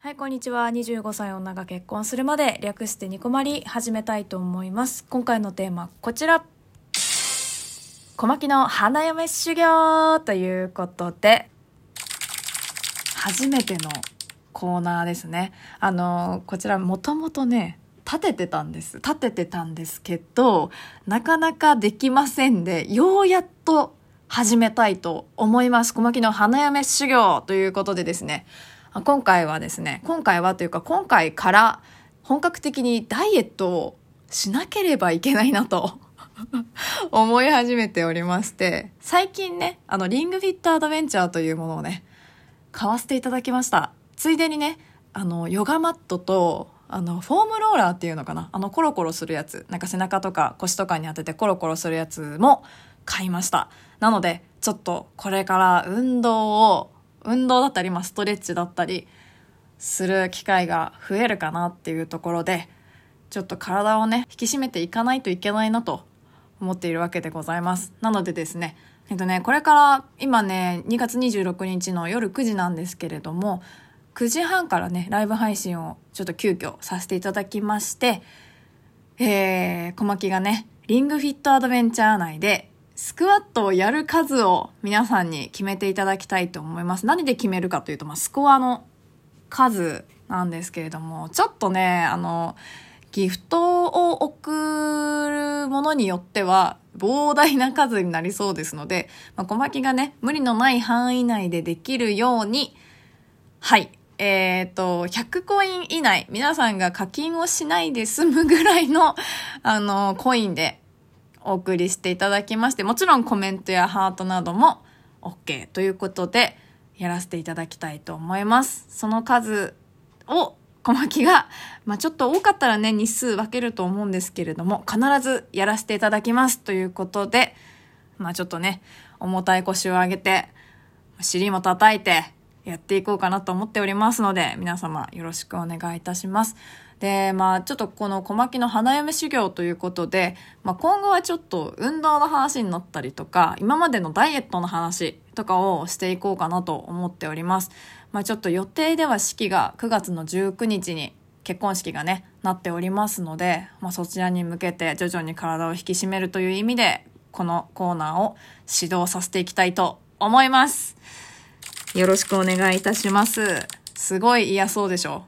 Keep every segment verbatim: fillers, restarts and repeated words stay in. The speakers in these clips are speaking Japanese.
はい、こんにちは。にじゅうごさい女が結婚するまで略してニコマリ始めたいと思います。今回のテーマこちら。小牧の花嫁修行ということで、初めてのコーナーですね。あのこちらもともとね立ててたんです立ててたんですけど、なかなかできませんで、ようやっと始めたいと思います。小牧の花嫁修行ということでですね、今回はですね今回はというか今回から本格的にダイエットをしなければいけないなと思い始めておりまして、最近ねあのリングフィットアドベンチャーというものをね買わせていただきました。ついでにねあのヨガマットとあのフォームローラーっていうのかな、あのコロコロするやつ、なんか背中とか腰とかに当ててコロコロするやつも買いました。なのでちょっとこれから運動を運動だったり、まあ、ストレッチだったりする機会が増えるかなっていうところで、ちょっと体をね引き締めていかないといけないなと思っているわけでございます。なのでですねえっとねこれから今ねにがつにじゅうろくにちの夜くじなんですけれども、くじはんからねライブ配信をちょっと急遽させていただきまして、えー、小牧がねリングフィットアドベンチャー内でスクワットをやる数を皆さんに決めていただきたいと思います。何で決めるかというと、まあ、スコアの数なんですけれども、ちょっとねあのギフトを送るものによっては膨大な数になりそうですので、まあ、小牧がね無理のない範囲内でできるように、はいえっとひゃくコイン以内、皆さんが課金をしないで済むぐらいのあのコインでお送りしていただきまして、もちろんコメントやハートなども OK ということでやらせていただきたいと思います。その数を小牧が、まあ、ちょっと多かったらね日数分けると思うんですけれども、必ずやらせていただきますということで、まあちょっとね重たい腰を上げて尻も叩いてやっていこうかなと思っておりますので、皆様よろしくお願いいたします。で、まあちょっとこの小牧の花嫁修行ということで、まあ今後はちょっと運動の話になったりとか、今までのダイエットの話とかをしていこうかなと思っております。まあちょっと予定では式がくがつのじゅうくにちに結婚式がね、なっておりますので、まあそちらに向けて徐々に体を引き締めるという意味で、このコーナーを指導させていきたいと思います。よろしくお願いいたします。すごい嫌そうでしょ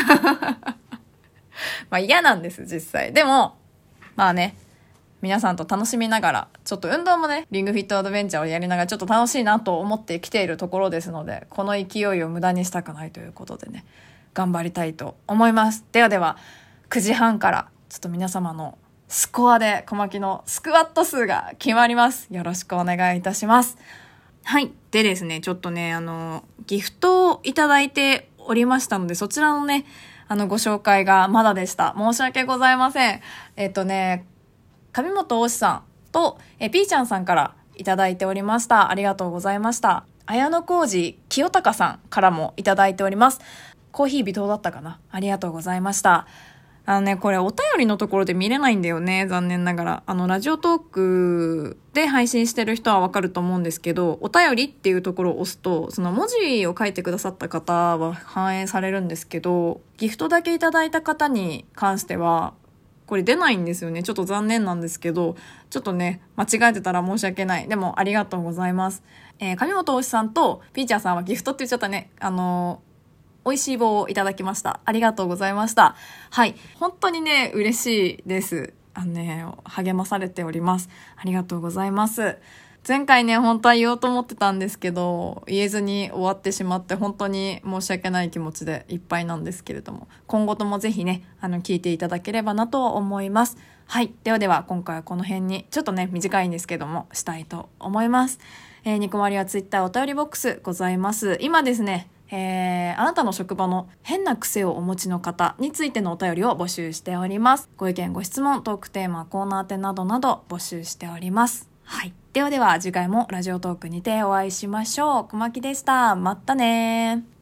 まあ嫌なんです実際。でもまあね皆さんと楽しみながら、ちょっと運動もねリングフィットアドベンチャーをやりながらちょっと楽しいなと思ってきているところですので、この勢いを無駄にしたくないということでね頑張りたいと思います。ではではくじはんからちょっと皆様のスコアで小牧のスクワット数が決まります。よろしくお願いいたします。はい。でですね、ちょっとね、あの、ギフトをいただいておりましたので、そちらのね、あの、ご紹介がまだでした。申し訳ございません。えっとね、上本大志さんと、え、ピーちゃんさんからいただいておりました。ありがとうございました。綾野浩二清隆さんからもいただいております。コーヒー微糖だったかな。ありがとうございました。あのね、これお便りのところで見れないんだよね。残念ながら。あの、ラジオトークで配信してる人はわかると思うんですけど、お便りっていうところを押すと、その文字を書いてくださった方は反映されるんですけど、ギフトだけいただいた方に関しては、これ出ないんですよね。ちょっと残念なんですけど、ちょっとね、間違えてたら申し訳ない。でも、ありがとうございます。えー、上本大志さんとピーチャーさんはギフトって言っちゃったね。あのー、美味しい棒をいただきました。ありがとうございました。はい。本当にね、嬉しいです。あのね、励まされております。ありがとうございます。前回ね、本当は言おうと思ってたんですけど、言えずに終わってしまって、本当に申し訳ない気持ちでいっぱいなんですけれども、今後ともぜひね、あの、聞いていただければなと思います。はい。ではでは、今回はこの辺に、ちょっとね、短いんですけども、したいと思います。えー、ニコマリはツイッターお便りボックスございます。今ですね、えー、あなたの職場の変な癖をお持ちの方についてのお便りを募集しております。ご意見ご質問、トークテーマ、コーナー宛などなど募集しております。はい。ではでは次回もラジオトークにてお会いしましょう。小牧でした。またねー。